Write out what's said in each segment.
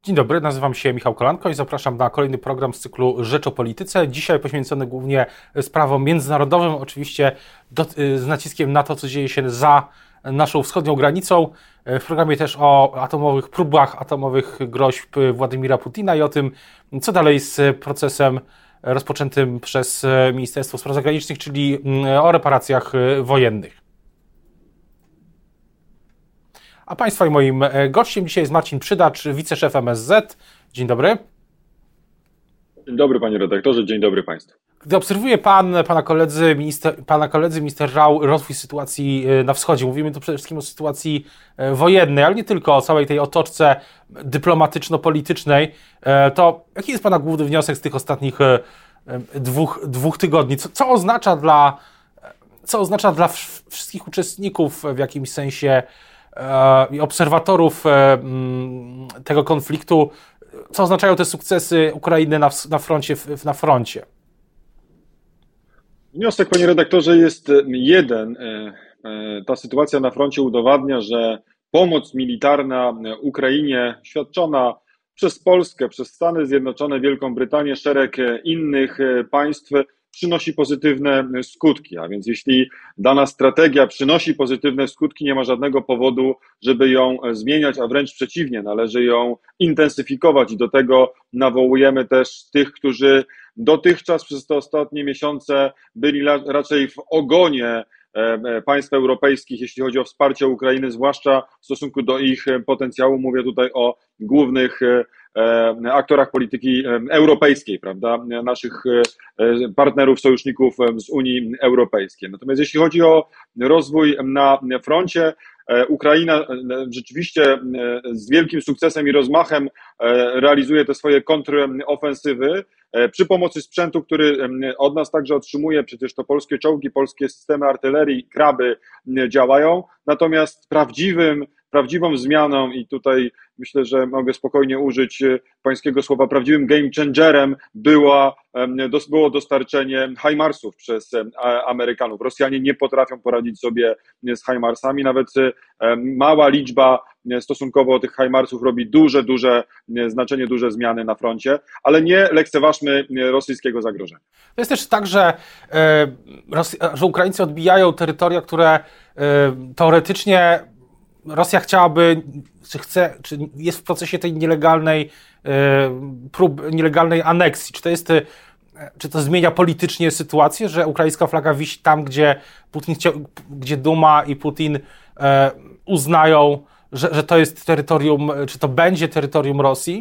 Dzień dobry, nazywam się Michał Kolanko i zapraszam na kolejny program z cyklu Rzecz o Polityce. Dzisiaj poświęcony głównie sprawom międzynarodowym, oczywiście z naciskiem na to, co dzieje się za naszą wschodnią granicą. W programie też o atomowych próbach, atomowych groźb Władimira Putina i o tym, co dalej z procesem rozpoczętym przez Ministerstwo Spraw Zagranicznych, czyli o reparacjach wojennych. A Państwa i moim gościem dzisiaj jest Marcin Przydacz, wiceszef MSZ. Dzień dobry. Dzień dobry, panie redaktorze, dzień dobry państwu. Gdy obserwuje pana koledzy minister Rau rozwój sytuacji na wschodzie, mówimy tu przede wszystkim o sytuacji wojennej, ale nie tylko, o całej tej otoczce dyplomatyczno-politycznej, to jaki jest pana główny wniosek z tych ostatnich dwóch tygodni? Co oznacza dla wszystkich uczestników w jakimś sensie i obserwatorów tego konfliktu, co oznaczają te sukcesy Ukrainy na froncie? Wniosek, panie redaktorze, jest jeden. Ta sytuacja na froncie udowadnia, że pomoc militarna Ukrainie świadczona przez Polskę, przez Stany Zjednoczone, Wielką Brytanię, szereg innych państw przynosi pozytywne skutki. A więc jeśli dana strategia przynosi pozytywne skutki, nie ma żadnego powodu, żeby ją zmieniać, a wręcz przeciwnie, należy ją intensyfikować i do tego nawołujemy też tych, którzy dotychczas przez te ostatnie miesiące byli raczej w ogonie państw europejskich, jeśli chodzi o wsparcie Ukrainy, zwłaszcza w stosunku do ich potencjału. Mówię tutaj o głównych aktorach polityki europejskiej, prawda, naszych partnerów, sojuszników z Unii Europejskiej. Natomiast jeśli chodzi o rozwój na froncie, Ukraina rzeczywiście z wielkim sukcesem i rozmachem realizuje te swoje kontrofensywy przy pomocy sprzętu, który od nas także otrzymuje. Przecież to polskie czołgi, polskie systemy artylerii, kraby działają. Natomiast prawdziwą zmianą, i tutaj myślę, że mogę spokojnie użyć pańskiego słowa, prawdziwym game changerem było dostarczenie HIMARS-ów przez Amerykanów. Rosjanie nie potrafią poradzić sobie z HIMARS-ami, nawet mała liczba stosunkowo tych HIMARS-ów robi duże znaczenie, duże zmiany na froncie, ale nie lekceważmy rosyjskiego zagrożenia. To jest też tak, że Ukraińcy odbijają terytoria, które teoretycznie Rosja chciałaby, czy jest w procesie tej nielegalnej aneksji. Czy to zmienia politycznie sytuację, że ukraińska flaga wisi tam, gdzie Duma i Putin uznają, że to jest terytorium, czy to będzie terytorium Rosji?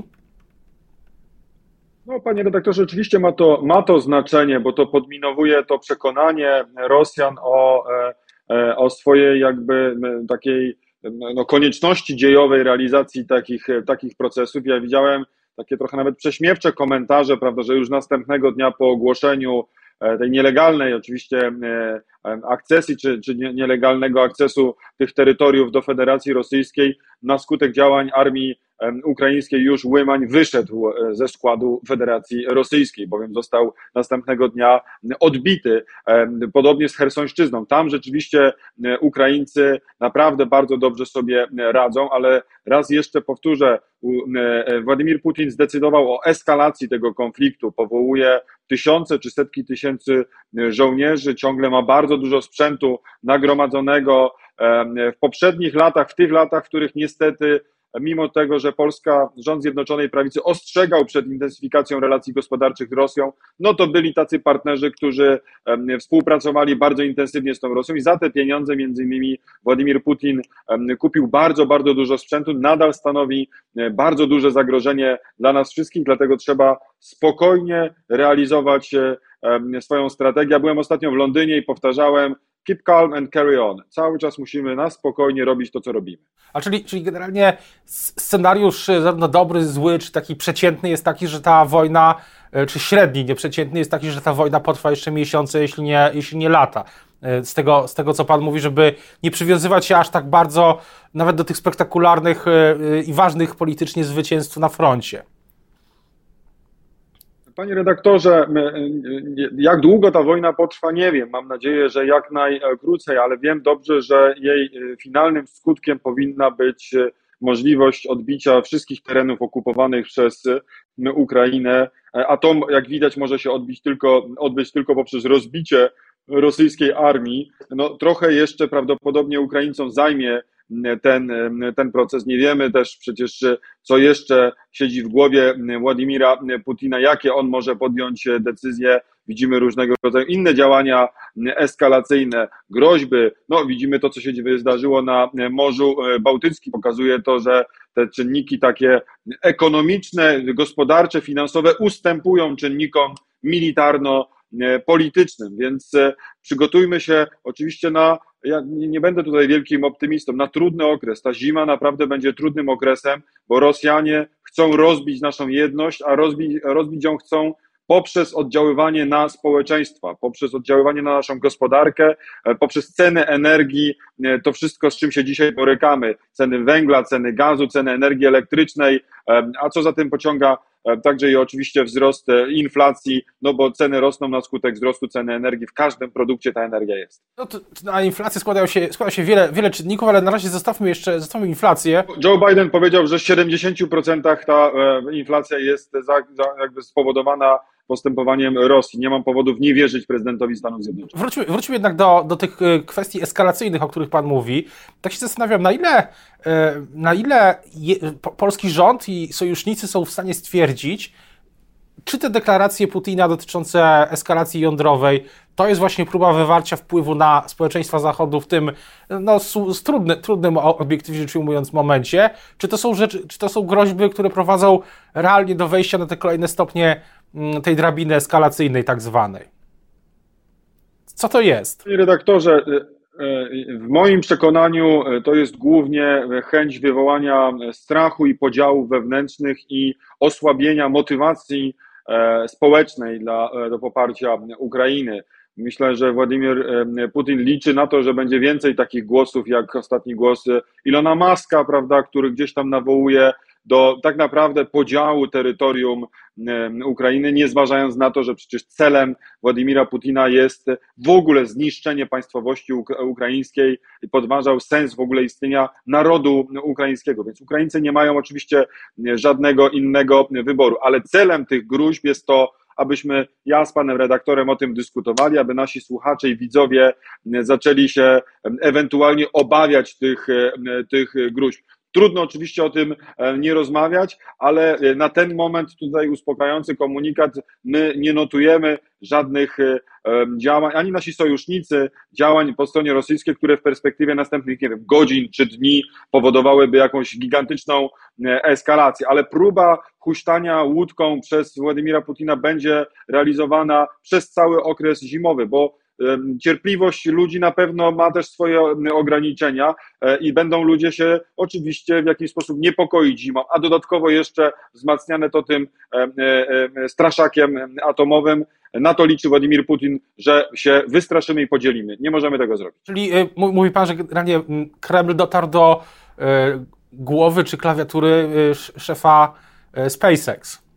No, panie redaktorze, oczywiście ma to znaczenie, bo to podminowuje to przekonanie Rosjan o swojej jakby takiej konieczności dziejowej realizacji takich procesów. Ja widziałem takie trochę nawet prześmiewcze komentarze, prawda, że już następnego dnia po ogłoszeniu tej nielegalnej oczywiście akcesji, czy nielegalnego akcesu tych terytoriów do Federacji Rosyjskiej, na skutek działań armii ukraińskiej już Łymań wyszedł ze składu Federacji Rosyjskiej, bowiem został następnego dnia odbity. Podobnie z Chersońszczyzną. Tam rzeczywiście Ukraińcy naprawdę bardzo dobrze sobie radzą, ale raz jeszcze powtórzę, Władimir Putin zdecydował o eskalacji tego konfliktu, powołuje tysiące czy setki tysięcy żołnierzy, ciągle ma bardzo dużo sprzętu nagromadzonego w poprzednich latach, w tych latach, w których niestety mimo tego, że rząd Zjednoczonej Prawicy ostrzegał przed intensyfikacją relacji gospodarczych z Rosją, no to byli tacy partnerzy, którzy współpracowali bardzo intensywnie z tą Rosją i za te pieniądze między innymi Władimir Putin kupił bardzo dużo sprzętu, nadal stanowi bardzo duże zagrożenie dla nas wszystkich, dlatego trzeba spokojnie realizować swoją strategię. Ja byłem ostatnio w Londynie i powtarzałem: keep calm and carry on. Cały czas musimy na spokojnie robić to, co robimy. A czyli generalnie scenariusz zarówno dobry, zły, czy taki przeciętny jest taki, że ta wojna, czy średni, nieprzeciętny jest taki, że ta wojna potrwa jeszcze miesiące, jeśli nie lata. Z tego, co pan mówi, żeby nie przywiązywać się aż tak bardzo nawet do tych spektakularnych i ważnych politycznie zwycięstw na froncie. Panie redaktorze, jak długo ta wojna potrwa, nie wiem. Mam nadzieję, że jak najkrócej, ale wiem dobrze, że jej finalnym skutkiem powinna być możliwość odbicia wszystkich terenów okupowanych przez Ukrainę, a to, jak widać, może się odbyć tylko poprzez rozbicie rosyjskiej armii. No, trochę jeszcze prawdopodobnie Ukraińcom zajmie ten proces. Nie wiemy też przecież, co jeszcze siedzi w głowie Władimira Putina, jakie on może podjąć decyzje. Widzimy różnego rodzaju inne działania eskalacyjne, groźby. No, widzimy to, co się zdarzyło na Morzu Bałtyckim. Pokazuje to, że te czynniki takie ekonomiczne, gospodarcze, finansowe ustępują czynnikom militarno-politycznym, więc przygotujmy się oczywiście ja nie będę tutaj wielkim optymistą, na trudny okres. Ta zima naprawdę będzie trudnym okresem, bo Rosjanie chcą rozbić naszą jedność, a rozbić ją chcą poprzez oddziaływanie na społeczeństwa, poprzez oddziaływanie na naszą gospodarkę, poprzez ceny energii, to wszystko, z czym się dzisiaj borykamy, ceny węgla, ceny gazu, ceny energii elektrycznej, a co za tym pociąga także i oczywiście wzrost inflacji, no bo ceny rosną na skutek wzrostu ceny energii, w każdym produkcie ta energia jest. No to na inflację składa się wiele czynników, ale na razie zostawmy inflację. Joe Biden powiedział, że w 70% ta inflacja jest jakby spowodowana postępowaniem Rosji. Nie mam powodów nie wierzyć prezydentowi Stanów Zjednoczonych. Wróćmy jednak do tych kwestii eskalacyjnych, o których pan mówi. Tak się zastanawiam, na ile polski rząd i sojusznicy są w stanie stwierdzić, czy te deklaracje Putina dotyczące eskalacji jądrowej to jest właśnie próba wywarcia wpływu na społeczeństwa Zachodu w tym trudnym, obiektywnie rzecz ujmując, momencie, czy to są groźby, które prowadzą realnie do wejścia na te kolejne stopnie tej drabiny eskalacyjnej tak zwanej. Co to jest? Panie redaktorze, w moim przekonaniu to jest głównie chęć wywołania strachu i podziałów wewnętrznych i osłabienia motywacji społecznej do poparcia Ukrainy. Myślę, że Władimir Putin liczy na to, że będzie więcej takich głosów, jak ostatni głos Ilona Muska, prawda, który gdzieś tam nawołuje do tak naprawdę podziału terytorium Ukrainy, nie zważając na to, że przecież celem Władimira Putina jest w ogóle zniszczenie państwowości ukraińskiej i podważał sens w ogóle istnienia narodu ukraińskiego. Więc Ukraińcy nie mają oczywiście żadnego innego wyboru, ale celem tych gruźb jest to, abyśmy ja z panem redaktorem o tym dyskutowali, aby nasi słuchacze i widzowie zaczęli się ewentualnie obawiać tych gruźb. Trudno oczywiście o tym nie rozmawiać, ale na ten moment tutaj uspokajający komunikat, my nie notujemy żadnych działań, ani nasi sojusznicy, działań po stronie rosyjskiej, które w perspektywie następnych, nie wiem, godzin czy dni powodowałyby jakąś gigantyczną eskalację, ale próba huśtania łódką przez Władimira Putina będzie realizowana przez cały okres zimowy, bo cierpliwość ludzi na pewno ma też swoje ograniczenia i będą ludzie się oczywiście w jakiś sposób niepokoić zimą, a dodatkowo jeszcze wzmacniane to tym straszakiem atomowym. Na to liczy Władimir Putin, że się wystraszymy i podzielimy. Nie możemy tego zrobić. Czyli mówi pan, że generalnie Kreml dotarł do głowy czy klawiatury szefa SpaceX.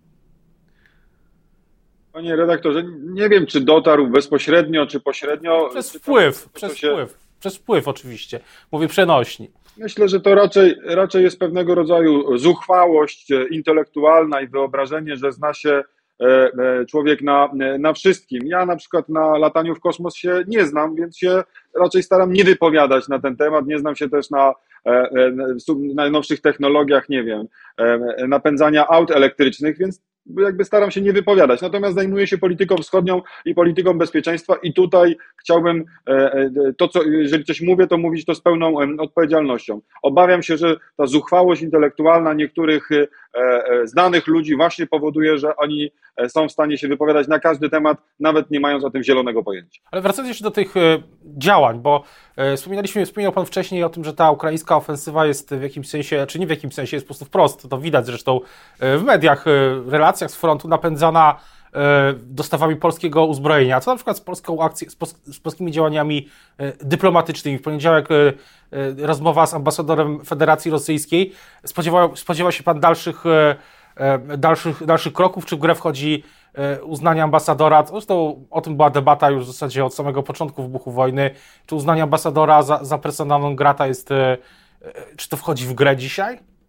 Panie redaktorze, nie wiem, czy dotarł bezpośrednio, czy pośrednio. Przez wpływ oczywiście. Mówię przenośni. Myślę, że to raczej jest pewnego rodzaju zuchwałość intelektualna i wyobrażenie, że zna się człowiek na wszystkim. Ja na przykład na lataniu w kosmos się nie znam, więc się raczej staram nie wypowiadać na ten temat. Nie znam się też na najnowszych technologiach, nie wiem, napędzania aut elektrycznych, więc jakby staram się nie wypowiadać. Natomiast zajmuję się polityką wschodnią i polityką bezpieczeństwa i tutaj chciałbym jeżeli coś mówię, to mówić to z pełną odpowiedzialnością. Obawiam się, że ta zuchwałość intelektualna niektórych znanych ludzi właśnie powoduje, że oni są w stanie się wypowiadać na każdy temat, nawet nie mając o tym zielonego pojęcia. Ale wracając jeszcze do tych działań, bo wspomniał pan wcześniej o tym, że ta ukraińska ofensywa jest w jakimś sensie, czy nie w jakimś sensie, jest po prostu wprost, to widać zresztą w mediach, relacjach z frontu napędzana dostawami polskiego uzbrojenia. Co na przykład z polskimi działaniami dyplomatycznymi? W poniedziałek rozmowa z ambasadorem Federacji Rosyjskiej. Spodziewał się pan dalszych kroków? Czy w grę wchodzi uznanie ambasadora? Zresztą o tym była debata już w zasadzie od samego początku wybuchu wojny. Czy uznanie ambasadora za persona non grata jest, czy to wchodzi w grę dzisiaj?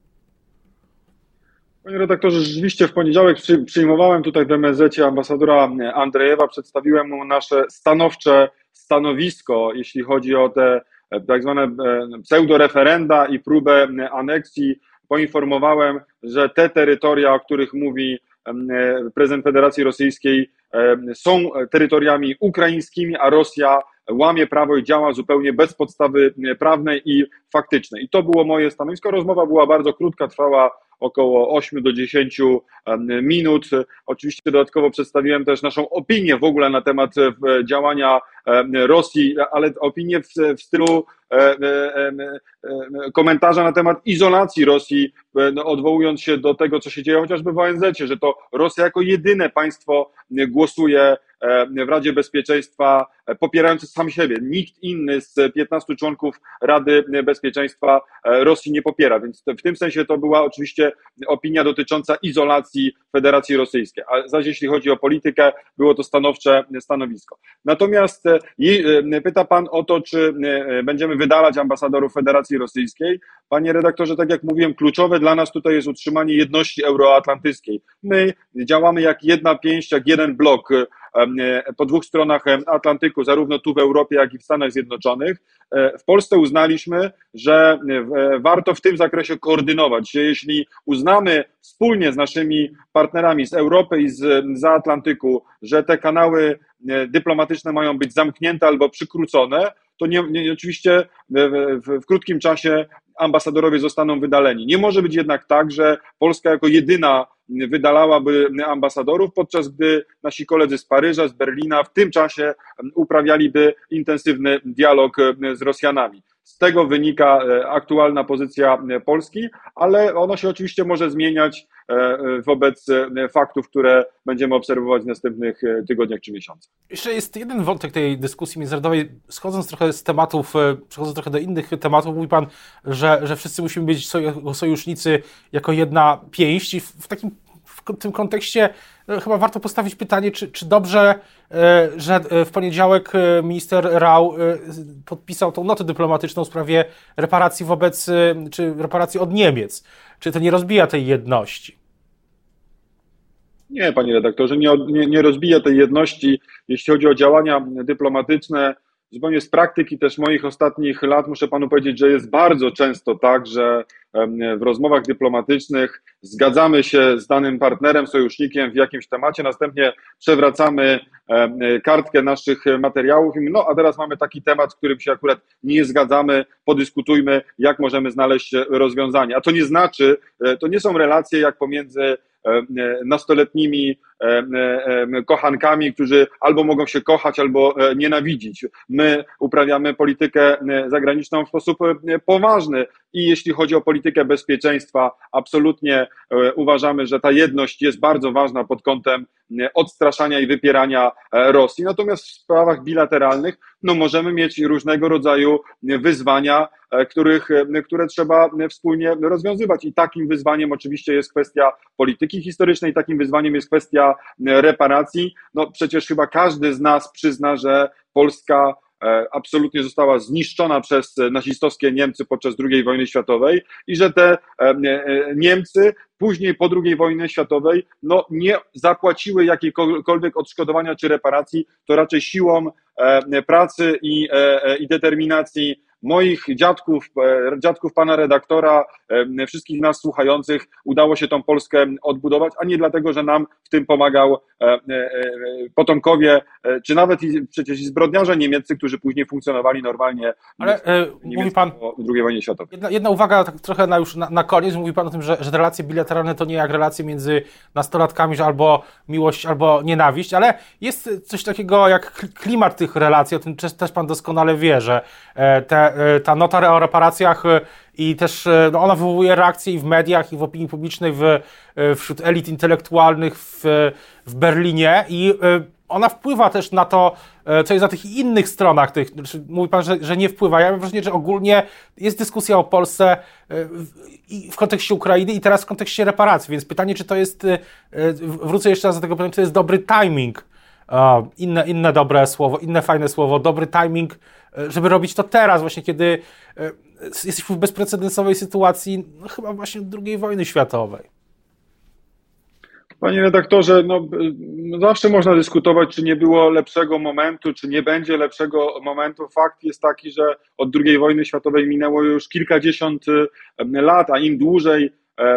Panie redaktorze, rzeczywiście w poniedziałek przyjmowałem tutaj w MSZ ambasadora Andrejewa, przedstawiłem mu nasze stanowcze stanowisko, jeśli chodzi o te tak zwane pseudoreferenda i próbę aneksji. Poinformowałem, że te terytoria, o których mówi prezydent Federacji Rosyjskiej, są terytoriami ukraińskimi, a Rosja łamie prawo i działa zupełnie bez podstawy prawnej i faktycznej. I to było moje stanowisko. Rozmowa była bardzo krótka, trwała około 8 do 10 minut. Oczywiście dodatkowo przedstawiłem też naszą opinię w ogóle na temat działania Rosji, ale opinię w stylu komentarza na temat izolacji Rosji, odwołując się do tego, co się dzieje chociażby w ONZ-cie, że to Rosja jako jedyne państwo głosuje w Radzie Bezpieczeństwa popierający sam siebie. Nikt inny z 15 członków Rady Bezpieczeństwa Rosji nie popiera, więc w tym sensie to była oczywiście opinia dotycząca izolacji Federacji Rosyjskiej, a zaś jeśli chodzi o politykę, było to stanowcze stanowisko. Natomiast pyta Pan o to, czy będziemy wydalać ambasadorów Federacji Rosyjskiej. Panie redaktorze, tak jak mówiłem, kluczowe dla nas tutaj jest utrzymanie jedności euroatlantyckiej. My działamy jak jedna pięść, jak jeden blok po dwóch stronach Atlantyku, zarówno tu w Europie, jak i w Stanach Zjednoczonych. W Polsce uznaliśmy, że warto w tym zakresie koordynować się. Jeśli uznamy wspólnie z naszymi partnerami z Europy i zza Atlantyku, że te kanały dyplomatyczne mają być zamknięte albo przykrócone, to oczywiście w krótkim czasie ambasadorowie zostaną wydaleni. Nie może być jednak tak, że Polska jako jedyna wydalałaby ambasadorów, podczas gdy nasi koledzy z Paryża, z Berlina w tym czasie uprawialiby intensywny dialog z Rosjanami. Z tego wynika aktualna pozycja Polski, ale ona się oczywiście może zmieniać wobec faktów, które będziemy obserwować w następnych tygodniach czy miesiącach. Jeszcze jest jeden wątek tej dyskusji międzynarodowej. Schodząc trochę z tematów, przechodząc trochę do innych tematów, mówi Pan, że wszyscy musimy być sojusznicy jako jedna pięść i w tym kontekście chyba warto postawić pytanie, czy dobrze, że w poniedziałek minister Rau podpisał tą notę dyplomatyczną w sprawie reparacji czy reparacji od Niemiec. Czy to nie rozbija tej jedności? Nie, panie redaktorze, nie rozbija tej jedności. Jeśli chodzi o działania dyplomatyczne, zupełnie z praktyki też moich ostatnich lat muszę panu powiedzieć, że jest bardzo często tak, że w rozmowach dyplomatycznych zgadzamy się z danym partnerem, sojusznikiem w jakimś temacie, następnie przewracamy kartkę naszych materiałów i mówimy, no a teraz mamy taki temat, z którym się akurat nie zgadzamy, podyskutujmy, jak możemy znaleźć rozwiązanie. A to nie znaczy, to nie są relacje jak pomiędzy nastoletnimi kochankami, którzy albo mogą się kochać, albo nienawidzić. My uprawiamy politykę zagraniczną w sposób poważny i jeśli chodzi o politykę bezpieczeństwa, absolutnie uważamy, że ta jedność jest bardzo ważna pod kątem odstraszania i wypierania Rosji. Natomiast w sprawach bilateralnych możemy mieć różnego rodzaju wyzwania, które trzeba wspólnie rozwiązywać. I takim wyzwaniem oczywiście jest kwestia polityki historycznej, takim wyzwaniem jest kwestia reparacji. Przecież chyba każdy z nas przyzna, że Polska absolutnie została zniszczona przez nazistowskie Niemcy podczas II wojny światowej i że te Niemcy później po II wojnie światowej nie zapłaciły jakiejkolwiek odszkodowania czy reparacji, to raczej siłą pracy i determinacji moich dziadków pana redaktora, wszystkich nas słuchających udało się tą Polskę odbudować, a nie dlatego, że nam w tym pomagał potomkowie, czy nawet przecież i zbrodniarze niemieccy, którzy później funkcjonowali normalnie. Ale mówi pan po II wojnie światowej. Jedna uwaga tak trochę już na koniec. Mówi pan o tym, że relacje bilateralne to nie jak relacje między nastolatkami, że albo miłość, albo nienawiść, ale jest coś takiego jak klimat tych relacji, o tym też pan doskonale wie, że ta nota o reparacjach i też ona wywołuje reakcje i w mediach, i w opinii publicznej, wśród elit intelektualnych w Berlinie i ona wpływa też na to, co jest na tych innych stronach. Mówi pan, że nie wpływa. Ja mam wrażenie, że ogólnie jest dyskusja o Polsce i w kontekście Ukrainy i teraz w kontekście reparacji, więc pytanie, czy to jest, wrócę jeszcze raz do tego pytania, czy to jest dobry timing, inne dobre słowo, inne fajne słowo, dobry timing, żeby robić to teraz, właśnie kiedy jesteśmy w bezprecedensowej sytuacji, chyba właśnie II wojny światowej. Panie redaktorze, zawsze można dyskutować, czy nie było lepszego momentu, czy nie będzie lepszego momentu. Fakt jest taki, że od II wojny światowej minęło już kilkadziesiąt lat, a im dłużej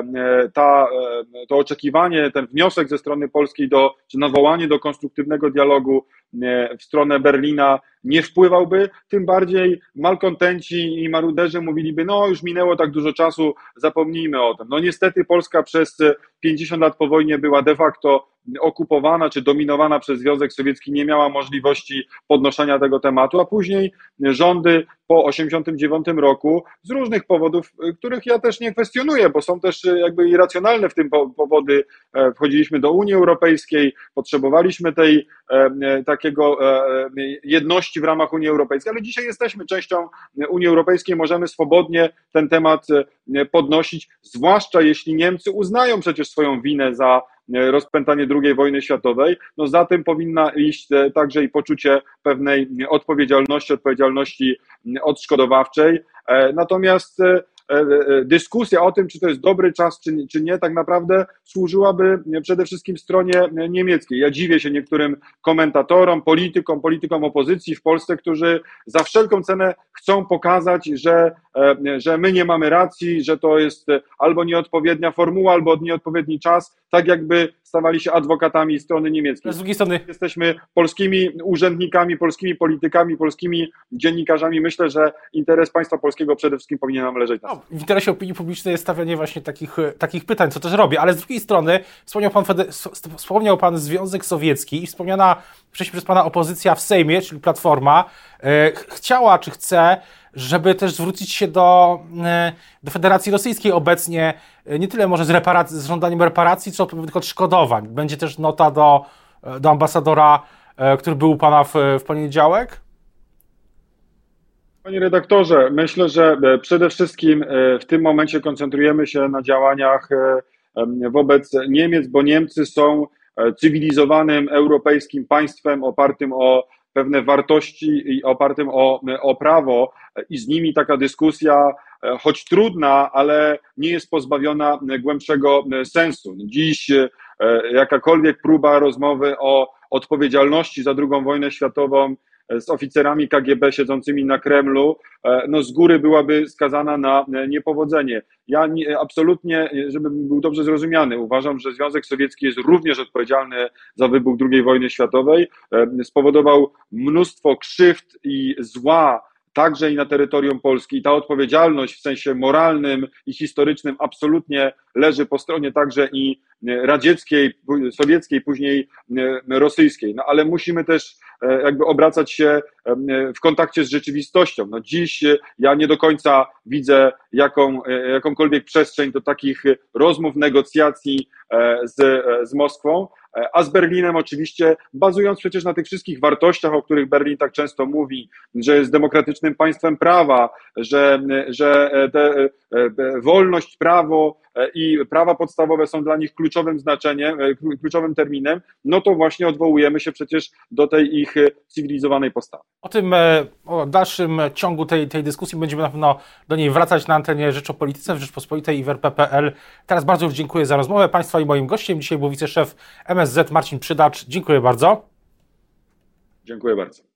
to oczekiwanie, ten wniosek ze strony polskiej czy nawołanie do konstruktywnego dialogu w stronę Berlina nie wpływałby, tym bardziej malkontenci i maruderzy mówiliby, no już minęło tak dużo czasu, zapomnijmy o tym. No niestety Polska przez 50 lat po wojnie była de facto okupowana czy dominowana przez Związek Sowiecki, nie miała możliwości podnoszenia tego tematu, a później rządy po 1989 roku z różnych powodów, których ja też nie kwestionuję, bo są też jakby irracjonalne w tym powody. Wchodziliśmy do Unii Europejskiej, potrzebowaliśmy takiego jedności w ramach Unii Europejskiej, ale dzisiaj jesteśmy częścią Unii Europejskiej, możemy swobodnie ten temat podnosić, zwłaszcza jeśli Niemcy uznają przecież swoją winę za rozpętanie II wojny światowej, no za tym powinna iść także i poczucie pewnej odpowiedzialności odszkodowawczej. Natomiast dyskusja o tym, czy to jest dobry czas, czy nie, tak naprawdę służyłaby przede wszystkim stronie niemieckiej. Ja dziwię się niektórym komentatorom, politykom opozycji w Polsce, którzy za wszelką cenę chcą pokazać, że my nie mamy racji, że to jest albo nieodpowiednia formuła, albo nieodpowiedni czas, tak jakby stawali się adwokatami strony niemieckiej. Z drugiej strony jesteśmy polskimi urzędnikami, polskimi politykami, polskimi dziennikarzami. Myślę, że interes państwa polskiego przede wszystkim powinien nam leżeć na sercu. W interesie opinii publicznej jest stawianie właśnie takich pytań, co też robię, ale z drugiej strony wspomniał pan Związek Sowiecki i wspomniana wcześniej przez pana opozycja w Sejmie, czyli Platforma, chciała czy chce, żeby też zwrócić się do Federacji Rosyjskiej obecnie, nie tyle może z żądaniem reparacji, co tylko odszkodowań. Będzie też nota do ambasadora, który był u pana w poniedziałek? Panie redaktorze, myślę, że przede wszystkim w tym momencie koncentrujemy się na działaniach wobec Niemiec, bo Niemcy są cywilizowanym europejskim państwem opartym o pewne wartości i opartym o prawo i z nimi taka dyskusja, choć trudna, ale nie jest pozbawiona głębszego sensu. Dziś jakakolwiek próba rozmowy o odpowiedzialności za II wojnę światową z oficerami KGB siedzącymi na Kremlu, no z góry byłaby skazana na niepowodzenie. Ja absolutnie, żebym był dobrze zrozumiany, uważam, że Związek Sowiecki jest również odpowiedzialny za wybuch II wojny światowej, spowodował mnóstwo krzywd i zła, także i na terytorium Polski. I ta odpowiedzialność w sensie moralnym i historycznym absolutnie leży po stronie także i radzieckiej, sowieckiej, później rosyjskiej. No ale musimy też jakby obracać się w kontakcie z rzeczywistością. No dziś ja nie do końca widzę jakąkolwiek przestrzeń do takich rozmów, negocjacji z Moskwą, a z Berlinem oczywiście, bazując przecież na tych wszystkich wartościach, o których Berlin tak często mówi, że jest demokratycznym państwem prawa, że wolność, prawo i prawa podstawowe są dla nich kluczowym znaczeniem, kluczowym terminem, no to właśnie odwołujemy się przecież do tej ich cywilizowanej postawy. O dalszym ciągu tej dyskusji będziemy na pewno do niej wracać na antenie Rzeczopolityce w Rzeczpospolitej i w RP.pl. Teraz bardzo już dziękuję za rozmowę Państwa i moim gościem dzisiaj był wiceszef MSZ Marcin Przydacz. Dziękuję bardzo. Dziękuję bardzo.